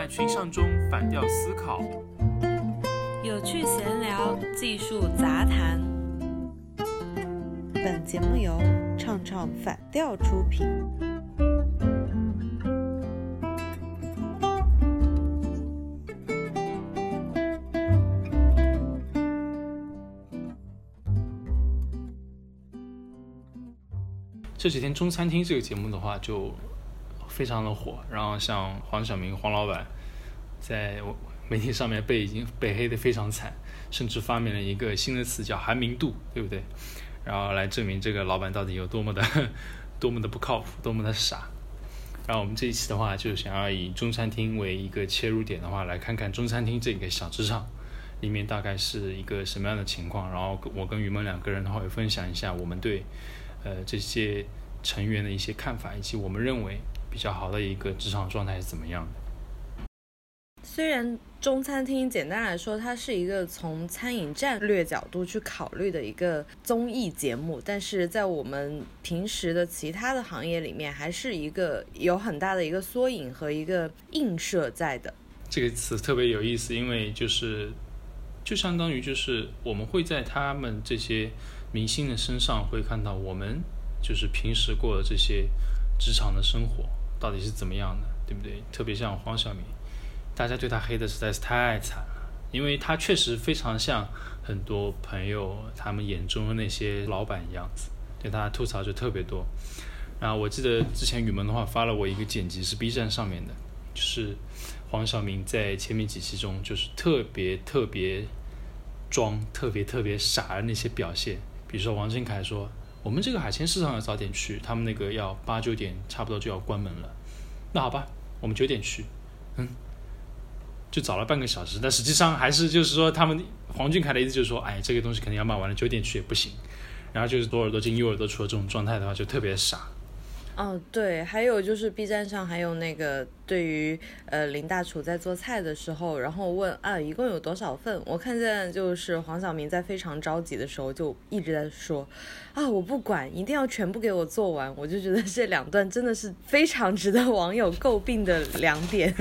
群像中反调思考， 有趣闲聊，技术杂谈。 本节目由唱唱反调出品。 这几天中餐厅这个节目的话就非常的火，然后像黄晓明黄老板在媒体上面已经被黑得非常惨，甚至发明了一个新的词叫韩明度，对不对？然后来证明这个老板到底有多么的不靠谱，多么的傻。然后我们这一期的话就想要以中餐厅为一个切入点的话，来看看中餐厅这个小职场里面大概是一个什么样的情况。然后我跟于萌两个人的话会分享一下我们对这些成员的一些看法，以及我们认为比较好的一个职场状态是怎么样的。 虽然中餐厅简单来说它是一个从餐饮战略角度去考虑的一个综艺节目，但是在我们平时的其他的行业里面还是一个有很大的一个缩影和一个映射在的。 这个词特别有意思，因为就相当于就是我们会在他们这些明星的身上会看到我们就是平时过的这些职场的生活到底是怎么样的，对不对？特别像黄晓明，大家对他黑的实在是太惨了，因为他确实非常像很多朋友他们眼中的那些老板一样子，对他吐槽就特别多。然后我记得之前宇萌的话发了我一个剪辑是 B 站上面的，就是黄晓明在前面几期中就是特别装特别傻的那些表现。比如说王俊凯说我们这个海鲜市场要早点去，他们那个要8、9点差不多就要关门了，那好吧我们9点去，就早了半个小时，但实际上还是就是说他们黄俊凯的意思就是说这个东西肯定要卖完了，9点去也不行，然后就是左耳朵进右耳朵出的这种状态的话就特别傻。 对，还有就是 B 站上还有那个对于林大厨在做菜的时候，然后问一共有多少份，我看见就是黄晓明在非常着急的时候就一直在说我不管，一定要全部给我做完。我就觉得这两段真的是非常值得网友诟病的两点。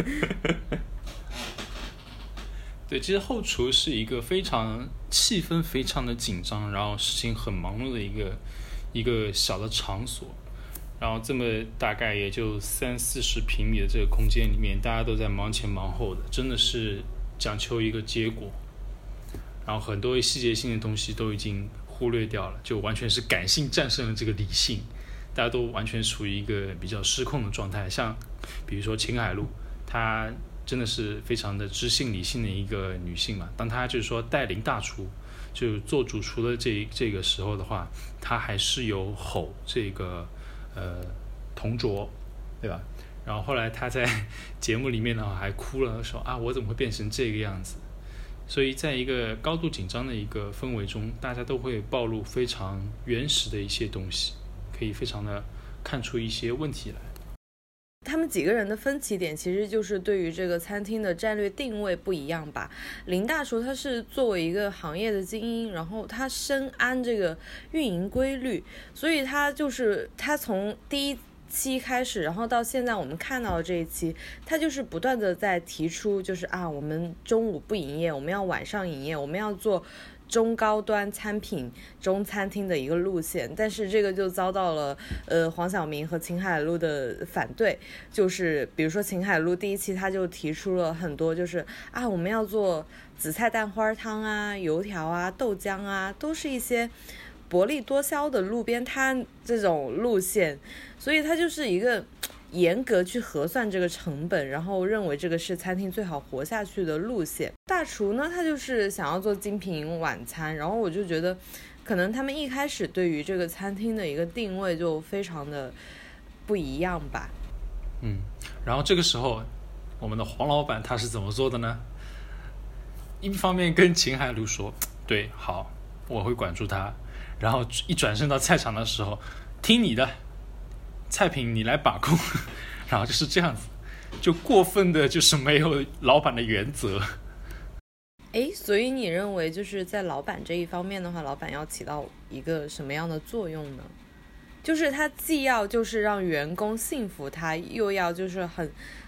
对，其实后厨是一个非常气氛非常的紧张，然后事情很忙碌的一个小的场所，然后这么大概也就30-40平米的这个空间里面，大家都在忙前忙后的，真的是讲求一个结果，然后很多细节性的东西都已经忽略掉了，就完全是感性战胜了这个理性，大家都完全处于一个比较失控的状态。像比如说秦海璐，她真的是非常的知性理性的一个女性嘛，当她就是说带领大厨就做主厨的这个时候的话，她还是有吼这个同桌，对吧？然后后来她在节目里面的话还哭了，说我怎么会变成这个样子。所以在一个高度紧张的一个氛围中，大家都会暴露非常原始的一些东西，可以非常的看出一些问题来。 他们几个人的分歧点其实就是对于这个餐厅的战略定位不一样吧。林大厨他是作为一个行业的精英，然后他深谙这个运营规律，所以他从第一期开始，然后到现在我们看到的这一期，他就是不断的在提出就是我们中午不营业，我们要晚上营业，我们要做中高端餐品中餐厅的一个路线，但是这个就遭到了黄晓明和秦海璐的反对。就是比如说秦海璐第一期他就提出了很多，就是我们要做紫菜蛋花汤油条豆浆都是一些薄利多销的路边摊这种路线，所以他就是一个严格去核算这个成本，然后认为这个是餐厅最好活下去的路线。大厨呢，他就是想要做精品晚餐，然后我就觉得可能他们一开始对于这个餐厅的一个定位就非常的不一样吧。 然后这个时候我们的黄老板他是怎么做的呢？一方面跟秦海璐说对，好，我会管住他，然后一转身到菜场的时候，听你的，菜品你来把控，然后就是这样子，就过分的就是没有老板的原则。 所以你认为就是在老板这一方面的话，老板要起到一个什么样的作用呢？就是他既要就是让员工信服他，又要就是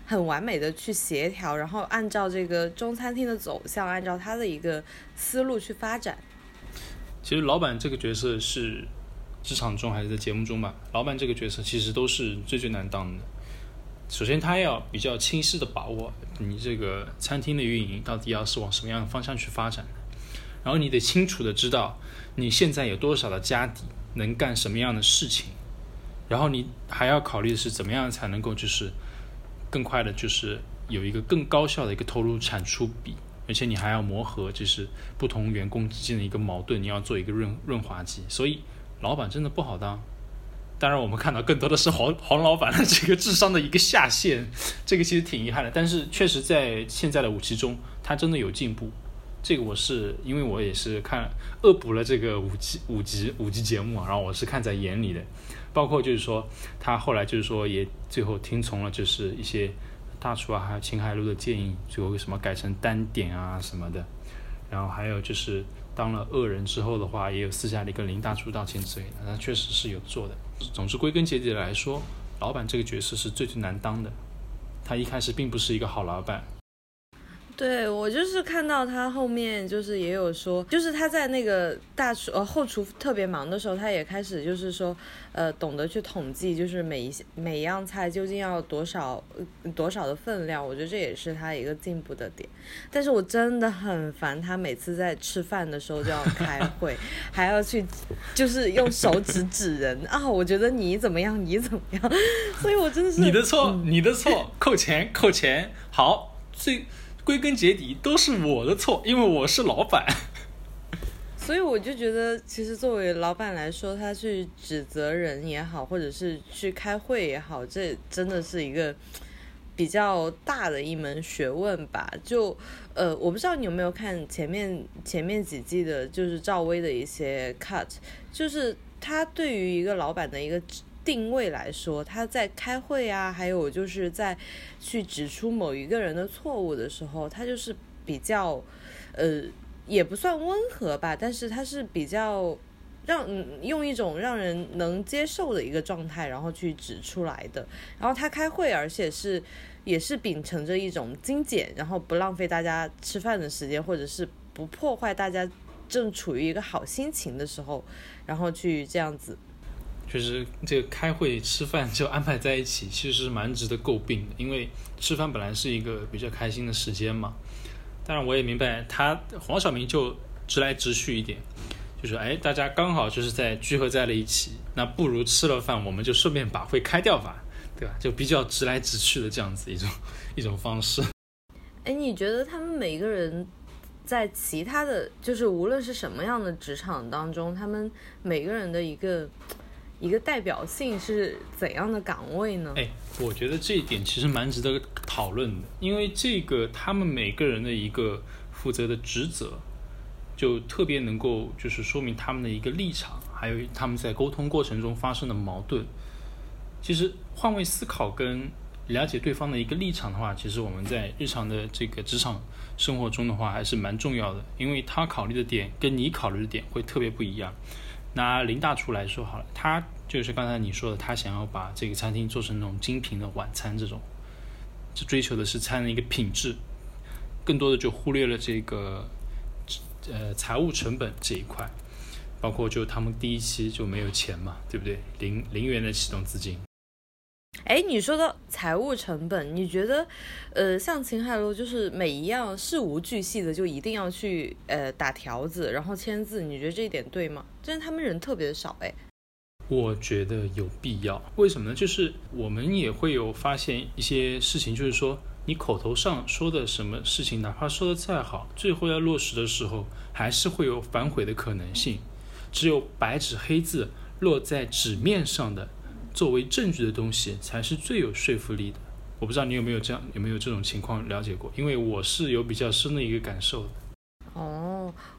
很完美的去协调，然后按照这个中餐厅的走向，按照他的一个思路去发展。 其实老板这个角色是职场中还是在节目中吧，老板这个角色其实都是最难当的。首先他要比较清晰的把握你这个餐厅的运营到底要是往什么样的方向去发展的，然后你得清楚的知道你现在有多少的家底，能干什么样的事情，然后你还要考虑的是怎么样才能够就是更快的就是有一个更高效的一个投入产出比，而且你还要磨合就是不同员工之间的一个矛盾，你要做一个润滑剂，所以老板真的不好当。当然我们看到更多的是黄老板的这个智商的一个下限，这个其实挺遗憾的，但是确实在现在的5期中他真的有进步。这个我是因为我也是恶补了这个五集节目然后我是看在眼里的，包括就是说他后来就是说也最后听从了就是一些大厨还有秦海璐的建议，最后什么改成单点什么的，然后还有就是当了恶人之后的话，也有私下里跟林大厨道歉之类的，他确实是有做的。总之归根结底来说，老板这个角色是最难当的，他一开始并不是一个好老板。 对，我就是看到他后面就是也有说，就是他在那个后厨特别忙的时候，他也开始就是说懂得去统计，就是每样菜究竟要多少的分量，我觉得这也是他一个进步的点。但是我真的很烦他每次在吃饭的时候就要开会还要去就是用手指人我觉得你怎么样你怎么样，所以我真的是你的错扣钱好，归根结底都是我的错，因为我是老板。 所以我就觉得其实作为老板来说，他去指责人也好，或者是去开会也好，这真的是一个比较大的一门学问吧。就我不知道你有没有看前面几季的就是赵薇的一些 cut， 就是他对于一个老板的一个定位来说，他在开会还有就是在去指出某一个人的错误的时候，他就是比较也不算温和吧，但是他是比较用一种让人能接受的一个状态然后去指出来的。然后他开会而且也是秉承着一种精简，然后不浪费大家吃饭的时间，或者是不破坏大家正处于一个好心情的时候，然后去这样子。 确实这个开会吃饭就安排在一起，其实是蛮值得诟病的，因为吃饭本来是一个比较开心的时间嘛。当然我也明白黄晓明就直来直去一点，就是大家刚好就是聚合在了一起，那不如吃了饭我们就顺便把会开掉吧，对吧？就比较直来直去的这样子一种方式。 你觉得他们每个人在其他的就是无论是什么样的职场当中，他们每个人的一个代表性是怎样的岗位呢？ 我觉得这一点其实蛮值得讨论的，因为这个他们每个人的一个负责的职责就特别能够就是说明他们的一个立场，还有他们在沟通过程中发生的矛盾。其实换位思考跟了解对方的一个立场的话，其实我们在日常的这个职场生活中的话还是蛮重要的，因为他考虑的点跟你考虑的点会特别不一样。拿林大厨来说好了，他就是刚才你说的，他想要把这个餐厅做成那种精品的晚餐，这种就追求的是餐的一个品质，更多的就忽略了这个财务成本这一块，包括就他们第一期就没有钱嘛，对不对？零元的启动资金。 你说到财务成本，你觉得像秦海璐就是每一样事无巨细的就一定要去打条子然后签字，你觉得这一点对吗？但是他们人特别的少我觉得有必要。为什么呢？就是我们也会有发现一些事情，就是说你口头上说的什么事情，哪怕说的再好，最后要落实的时候还是会有反悔的可能性。只有白纸黑字落在纸面上的作为证据的东西才是最有说服力的。我不知道你有没有这种情况了解过，因为我是有比较深的一个感受的。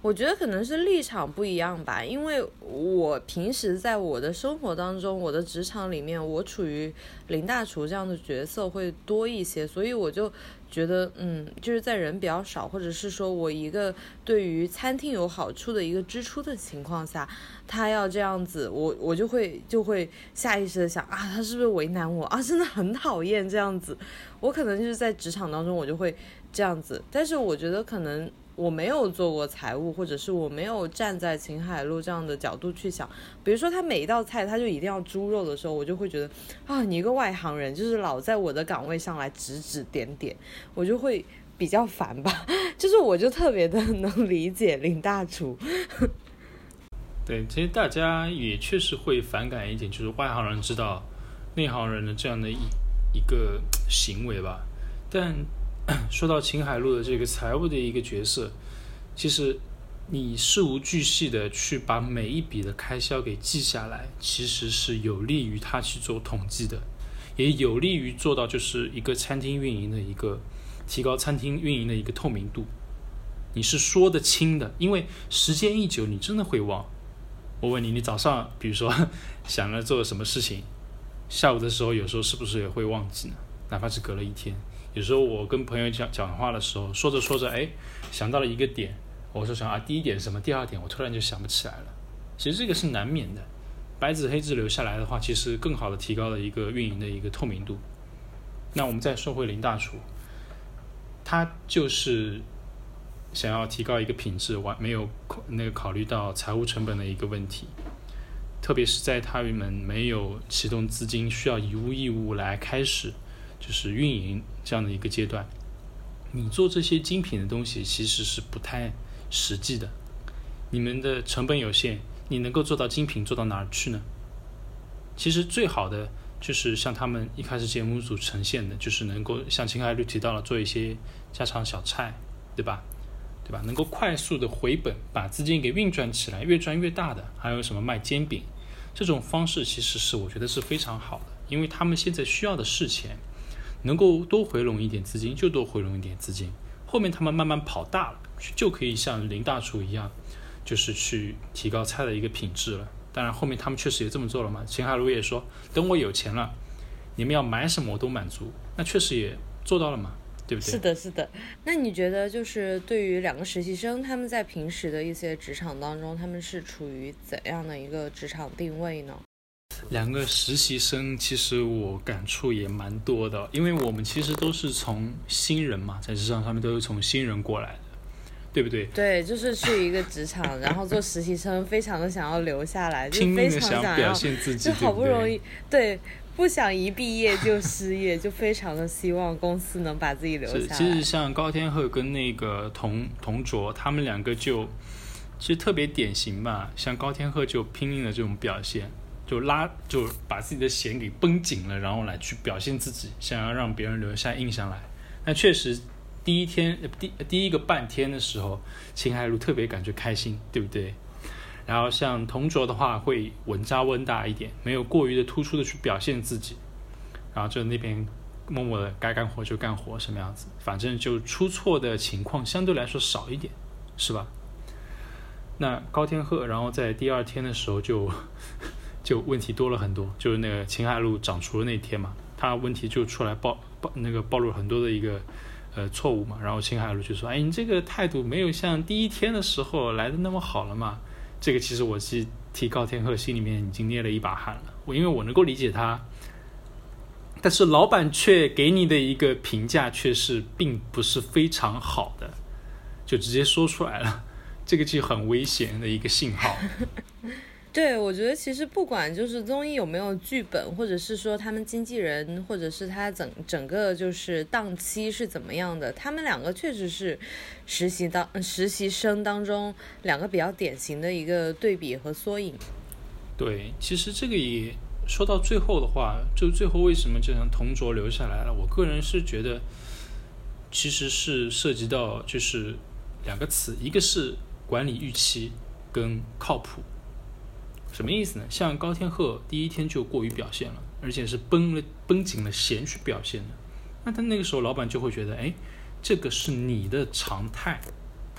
我觉得可能是立场不一样吧，因为我平时在我的生活当中，我的职场里面，我处于林大厨这样的角色会多一些，所以我就觉得，就是在人比较少，或者是说我一个对于餐厅有好处的一个支出的情况下，他要这样子，我就会下意识的想啊，他是不是为难我啊？真的很讨厌这样子，我可能就是在职场当中我就会这样子，但是我觉得可能我没有做过财务，或者是我没有站在秦海璐这样的角度去想，比如说他每一道菜他就一定要猪肉的时候，我就会觉得啊，你一个外行人就是老在我的岗位上来指指点点，我就会比较烦吧。就是我就特别的能理解林大厨。 对，其实大家也确实会反感一点，就是外行人知道内行人的这样的一个行为吧。但说到秦海璐的这个财务的一个角色，其实你事无巨细的去把每一笔的开销给记下来，其实是有利于他去做统计的，也有利于做到就是一个餐厅运营的一个提高餐厅运营的一个透明度。你是说得清的，因为时间一久你真的会忘。我问你，你早上比如说想了做什么事情，下午的时候有时候是不是也会忘记呢？哪怕是隔了一天，有时候我跟朋友讲话的时候，说着说着，想到了一个点，我说想第一点是什么，第二点我突然就想不起来了。其实这个是难免的，白纸黑字留下来的话，其实更好的提高了一个运营的一个透明度。那我们再说回林大厨，他就是想要提高一个品质，没有考虑到财务成本的一个问题，特别是在他们没有启动资金，需要以物易物来开始就是运营这样的一个阶段，你做这些精品的东西其实是不太实际的。你们的成本有限，你能够做到精品做到哪儿去呢？其实最好的就是像他们一开始节目组呈现的，就是能够像秦海璐提到了做一些家常小菜，对吧？能够快速的回本，把资金给运转起来，越赚越大的，还有什么卖煎饼，这种方式其实是我觉得是非常好的，因为他们现在需要的是钱，能够多回笼一点资金就多回笼一点资金，后面他们慢慢跑大了，就可以像林大厨一样，就是去提高菜的一个品质了。当然后面他们确实也这么做了嘛，秦海璐也说等我有钱了，你们要买什么我都满足，那确实也做到了嘛，对不对？ 是的。那你觉得就是对于两个实习生，他们在平时的一些职场当中，他们是处于怎样的一个职场定位呢？ 两个实习生其实我感触也蛮多的，因为我们其实都是从新人嘛，在职场上面都是从新人过来的，对不对？ 对，就是去一个职场，然后做实习生，非常的想要留下来，就拼命的非常想表现自己， 就好不容易对。不想一毕业就失业，就非常的希望公司能把自己留下来。 其实像高天鹤跟那个童卓，他们两个其实特别典型吧。像高天鹤就拼命的这种表现，就把自己的弦给绷紧了，然后来去表现自己，想要让别人留下印象来。那确实第一个半天的时候，秦海璐特别感觉开心，对不对？然后像童卓的话会稳扎稳打一点，没有过于的突出的去表现自己，然后就那边默默的该干活就干活，什么样子，反正就出错的情况相对来说少一点，是吧？那高天鹤然后在第二天的时候就问题多了很多，就是那个秦海璐长厨的那天嘛，他问题就出来暴露了很多的一个错误嘛，然后秦海璐就说你这个态度没有像第一天的时候来的那么好了嘛。这个其实我是替高天鹤心里面已经捏了一把汗了，因为我能够理解他，但是老板却给你的一个评价却是并不是非常好的，就直接说出来了，这个就很危险的一个信号。 对，我觉得其实不管就是综艺有没有剧本，或者是说他们经纪人，或者是他整个就是档期是怎么样的，他们两个确实是实习生当中两个比较典型的一个对比和缩影。 对，其实这个也说到最后的话，就最后为什么这样童卓留下来了，我个人是觉得其实是涉及到就是两个词，一个是管理预期跟靠谱。什么意思呢？像高天鹤第一天就过于表现了，而且是绷紧了弦去表现的，那他那个时候老板就会觉得这个是你的常态，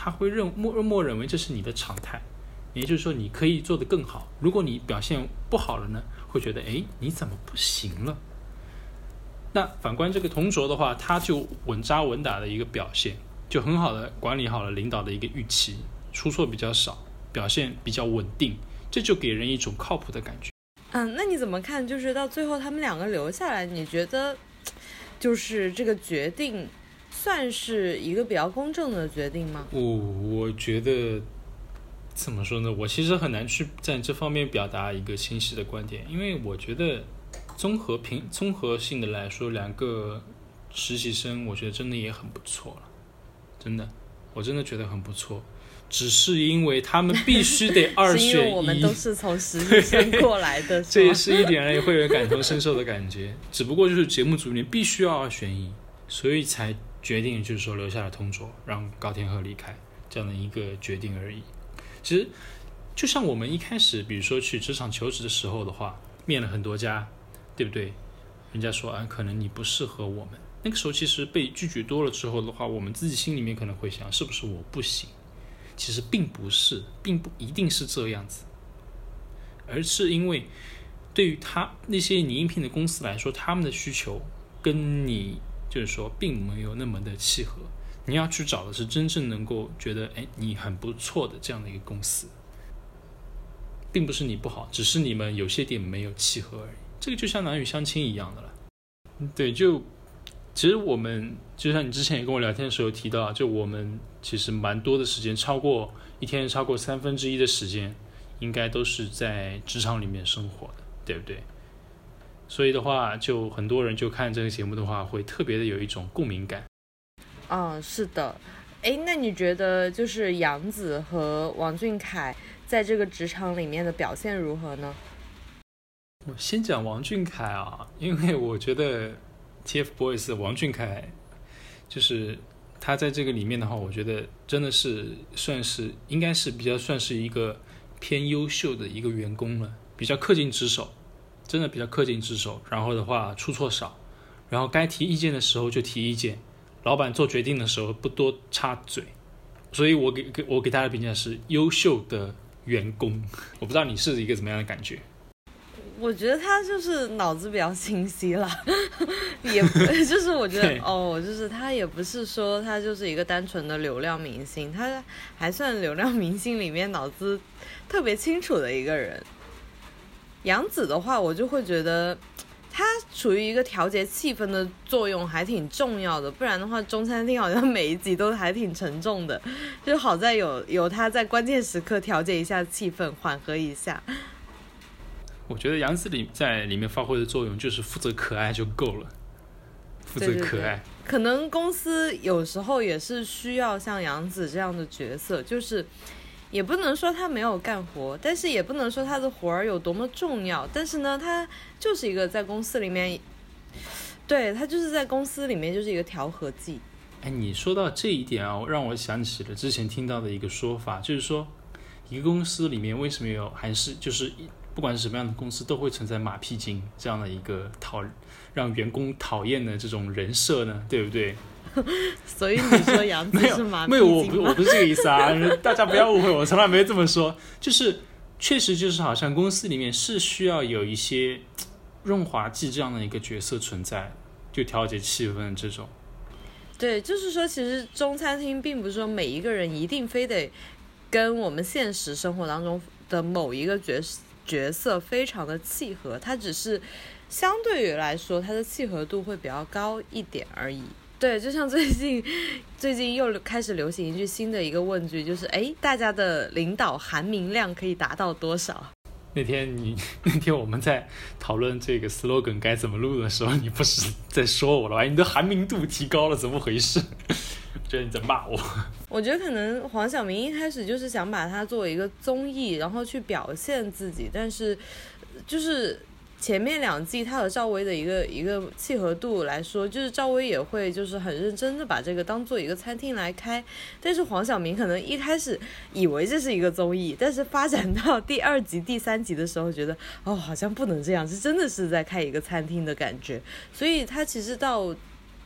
他会默认为这是你的常态，也就是说你可以做得更好。如果你表现不好了呢，会觉得你怎么不行了？那反观这个同卓的话，他就稳扎稳打的一个表现，就很好的管理好了领导的一个预期，出错比较少，表现比较稳定，这就给人一种靠谱的感觉。 那你怎么看？就是到最后他们两个留下来，你觉得就是这个决定算是一个比较公正的决定吗？ 我觉得怎么说呢？我其实很难去在这方面表达一个清晰的观点，因为我觉得综合性的来说，两个实习生我觉得真的也很不错了，真的，我真的觉得很不错。只是因为他们必须得二选一， 是因为我们都是从实习生过来的， 这也是一点也会有感同身受的感觉。只不过就是节目组里面必须要二选一，所以才决定就是说留下了同卓，让高天鹤离开这样的一个决定而已。其实就像我们一开始比如说去职场求职的时候的话，面了很多家，对不对？人家说可能你不适合我们，那个时候其实被拒绝多了之后的话，我们自己心里面可能会想，是不是我不行？其实并不是，并不一定是这样子，而是因为对于那些你应聘的公司来说，他们的需求跟你就是说并没有那么的契合，你要去找的是真正能够觉得你很不错的这样的一个公司，并不是你不好，只是你们有些点没有契合而已。这个就相当于相亲一样的了。对，其实我们就像你之前也跟我聊天的时候提到，就我们其实蛮多的时间，一天超过1/3的时间应该都是在职场里面生活的，对不对？所以的话，就很多人就看这个节目的话，会特别的有一种共鸣感。 是的。那你觉得就是杨紫和王俊凯在这个职场里面的表现如何呢？ 我先讲王俊凯啊，因为我觉得 TFBOYS 王俊凯就是他在这个里面的话，我觉得真的是应该是比较算是一个偏优秀的一个员工了，比较恪尽职守，真的比较恪尽职守，然后的话出错少，然后该提意见的时候就提意见，老板做决定的时候不多插嘴，所以我给他的评价是优秀的员工。我不知道你是一个怎么样的感觉？ 我觉得他就是脑子比较清晰了，也就是我觉得就是他也不是说他就是一个单纯的流量明星，他还算流量明星里面脑子特别清楚的一个人。杨紫的话，我就会觉得他处于一个调节气氛的作用还挺重要的，不然的话中餐厅好像每一集都还挺沉重的，就好在有他在关键时刻调节一下气氛，缓和一下。 我觉得杨紫在里面发挥的作用就是负责可爱就够了，负责可爱。 对，可能公司有时候也是需要像杨紫这样的角色，就是也不能说他没有干活，但是也不能说他的活儿有多么重要，但是呢他就是一个在公司里面，对，他就是在公司里面就是一个调和剂。 你说到这一点啊，让我想起了之前听到的一个说法，就是说一个公司里面为什么还是就是不管是什么样的公司都会存在马屁精这样的一个让员工讨厌的这种人设呢，对不对？ 所以你说杨紫是马屁精吗？ 没有，我不是这个意思啊，大家不要误会，我从来没这么说。就是确实就是好像公司里面是需要有一些润滑剂这样的一个角色存在，就调节气氛这种。 对，就是说其实中餐厅并不是说每一个人一定非得跟我们现实生活当中的某一个角色非常的契合，它只是相对于来说它的契合度会比较高一点而已。对，就像最近又开始流行一句新的一个问句，就是大家的领导含明量可以达到多少？ 那天我们在讨论这个 slogan 该怎么录的时候，你不是在说我了吧？你的含明度提高了，怎么回事？我觉得你在骂我。 我觉得可能黄晓明一开始就是想把它作为一个综艺，然后去表现自己，但是就是前面2季他和赵薇的一个契合度来说，就是赵薇也会就是很认真的把这个当做一个餐厅来开，但是黄晓明可能一开始以为这是一个综艺，但是发展到第2集第3集的时候觉得好像不能这样，是真的是在开一个餐厅的感觉，所以他其实到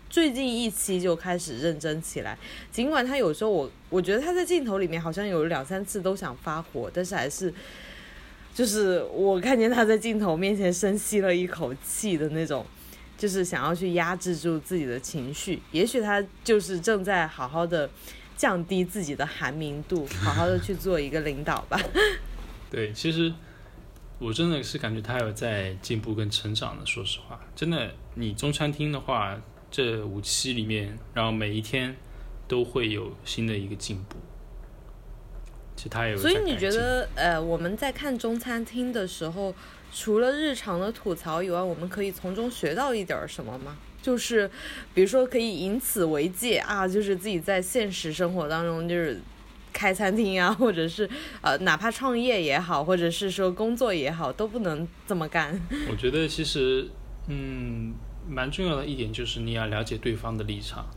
最近一期就开始认真起来，尽管他有时候我觉得他在镜头里面好像有2-3次都想发火，但是还是就是我看见他在镜头面前深吸了一口气的那种，就是想要去压制住自己的情绪。也许他就是正在好好的降低自己的寒明度，好好的去做一个领导吧。 对，其实我真的是感觉他有在进步跟成长的，说实话，真的，你中餐厅的话，这5期里面，然后每一天都会有新的一个进步。其实他也有在改进。 所以你觉得我们在看中餐厅的时候，除了日常的吐槽以外，我们可以从中学到一点什么吗？就是比如说可以以此为戒啊，就是自己在现实生活当中就是开餐厅啊，或者是哪怕创业也好，或者是说工作也好，都不能这么干。 我觉得其实蛮重要的一点就是你要了解对方的立场。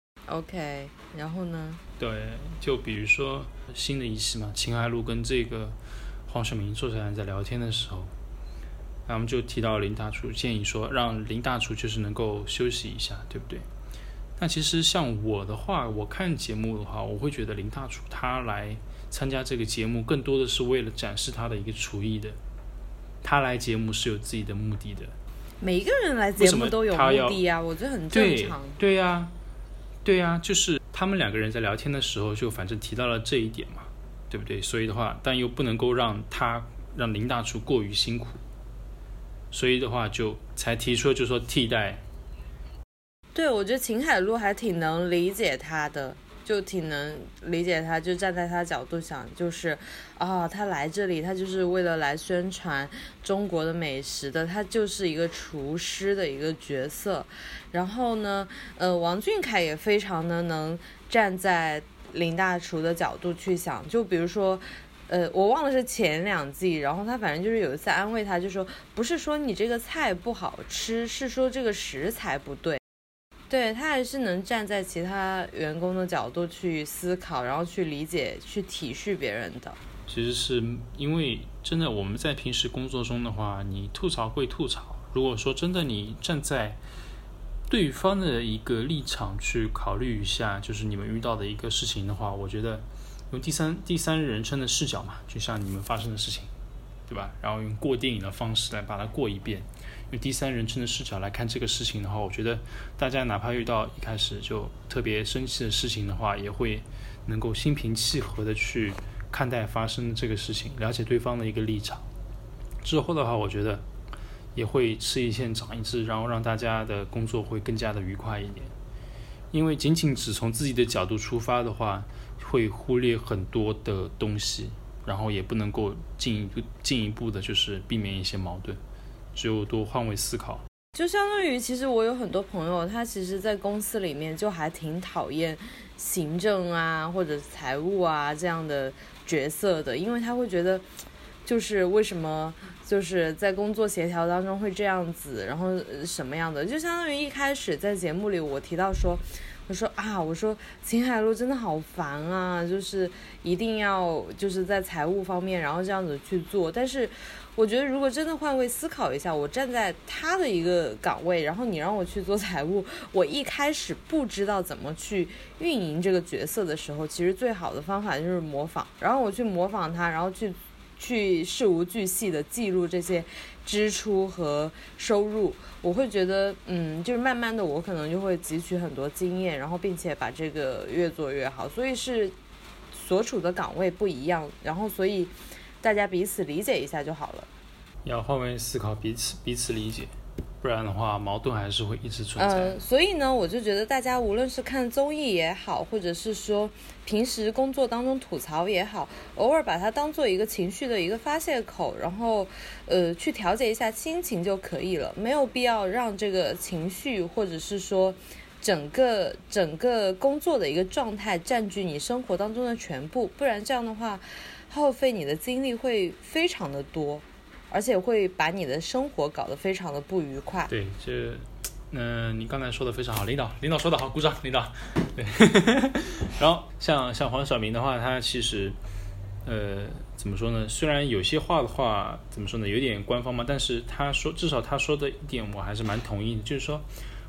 OK， 然后呢？ 对，就比如说新的一期嘛，秦海璐跟这个黄晓明坐下来在聊天的时候，然后我们就提到林大厨，建议说让林大厨就是能够休息一下，对不对？那其实像我的话，我看节目的话，我会觉得林大厨他来参加这个节目更多的是为了展示他的一个厨艺的，他来节目是有自己的目的的。 每一个人来节目都有目的啊，我觉得很正常。 对呀，对呀，就是他们2个人在聊天的时候就反正提到了这一点嘛，对不对？所以的话，但又不能够让林大厨过于辛苦，所以的话就才提出就是说替代。 对，我觉得秦海璐还挺能理解他的，就挺能理解他，就站在他角度想，就是他来这里他就是为了来宣传中国的美食的，他就是一个厨师的一个角色。然后呢王俊凯也非常的能站在林大厨的角度去想，就比如说我忘了是前2季，然后他反正就是有一次安慰他，就说不是说你这个菜不好吃，是说这个食材不对。对，他还是能站在其他员工的角度去思考，然后去理解、去体恤别人的。 其实是因为真的我们在平时工作中的话，你吐槽归吐槽，如果说真的你站在对方的一个立场去考虑一下，就是你们遇到的一个事情的话，我觉得用第三人称的视角嘛，就像你们发生的事情，对吧？然后用过电影的方式来把它过一遍，用第三人称的视角来看这个事情的话，我觉得大家哪怕遇到一开始就特别生气的事情的话，也会能够心平气和的去看待发生的这个事情，了解对方的一个立场。之后的话，我觉得也会吃一堑长一智，然后让大家的工作会更加的愉快一点。因为仅仅只从自己的角度出发的话，会忽略很多的东西，然后也不能够进一步的就是避免一些矛盾，只有多换位思考。 就相当于其实我有很多朋友，他其实在公司里面就还挺讨厌行政啊或者财务啊这样的角色的，因为他会觉得就是为什么就是在工作协调当中会这样子，然后什么样的，就相当于一开始在节目里我提到说，我说秦海璐真的好烦啊，就是一定要就是在财务方面然后这样子去做。但是我觉得如果真的换位思考一下，我站在他的一个岗位，然后你让我去做财务，我一开始不知道怎么去运营这个角色的时候，其实最好的方法就是模仿，然后我去模仿他，然后去事无巨细的记录这些支出和收入，我会觉得就是慢慢的我可能就会汲取很多经验，然后并且把这个越做越好。所以是所处的岗位不一样，然后所以大家彼此理解一下就好了， 要换位思考，彼此理解，不然的话矛盾还是会一直存在。 所以呢我就觉得大家无论是看综艺也好，或者是说平时工作当中吐槽也好，偶尔把它当做一个情绪的一个发泄口，然后去调节一下心情就可以了，没有必要让这个情绪或者是说整个工作的一个状态占据你生活当中的全部，不然这样的话耗费你的精力会非常的多，而且会把你的生活搞得非常的不愉快。 对，你刚才说的非常好，领导说的好，鼓掌，领导。对，然后像黄晓明的话，他其实怎么说呢？虽然有些话的话怎么说呢，有点官方嘛，但是至少他说的一点我还是蛮同意的，就是说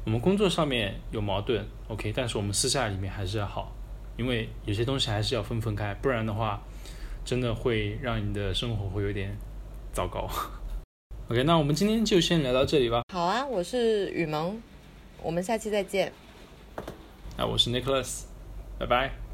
我们工作上面有矛盾 OK， 但是我们私下里面还是要好，因为有些东西还是要分开，不然的话真的会让你的生活会有点糟糕。OK， 那我们今天就先聊到这里吧。 好啊，我是雨萌，我们下期再见。 那我是 Nicholas， 拜拜。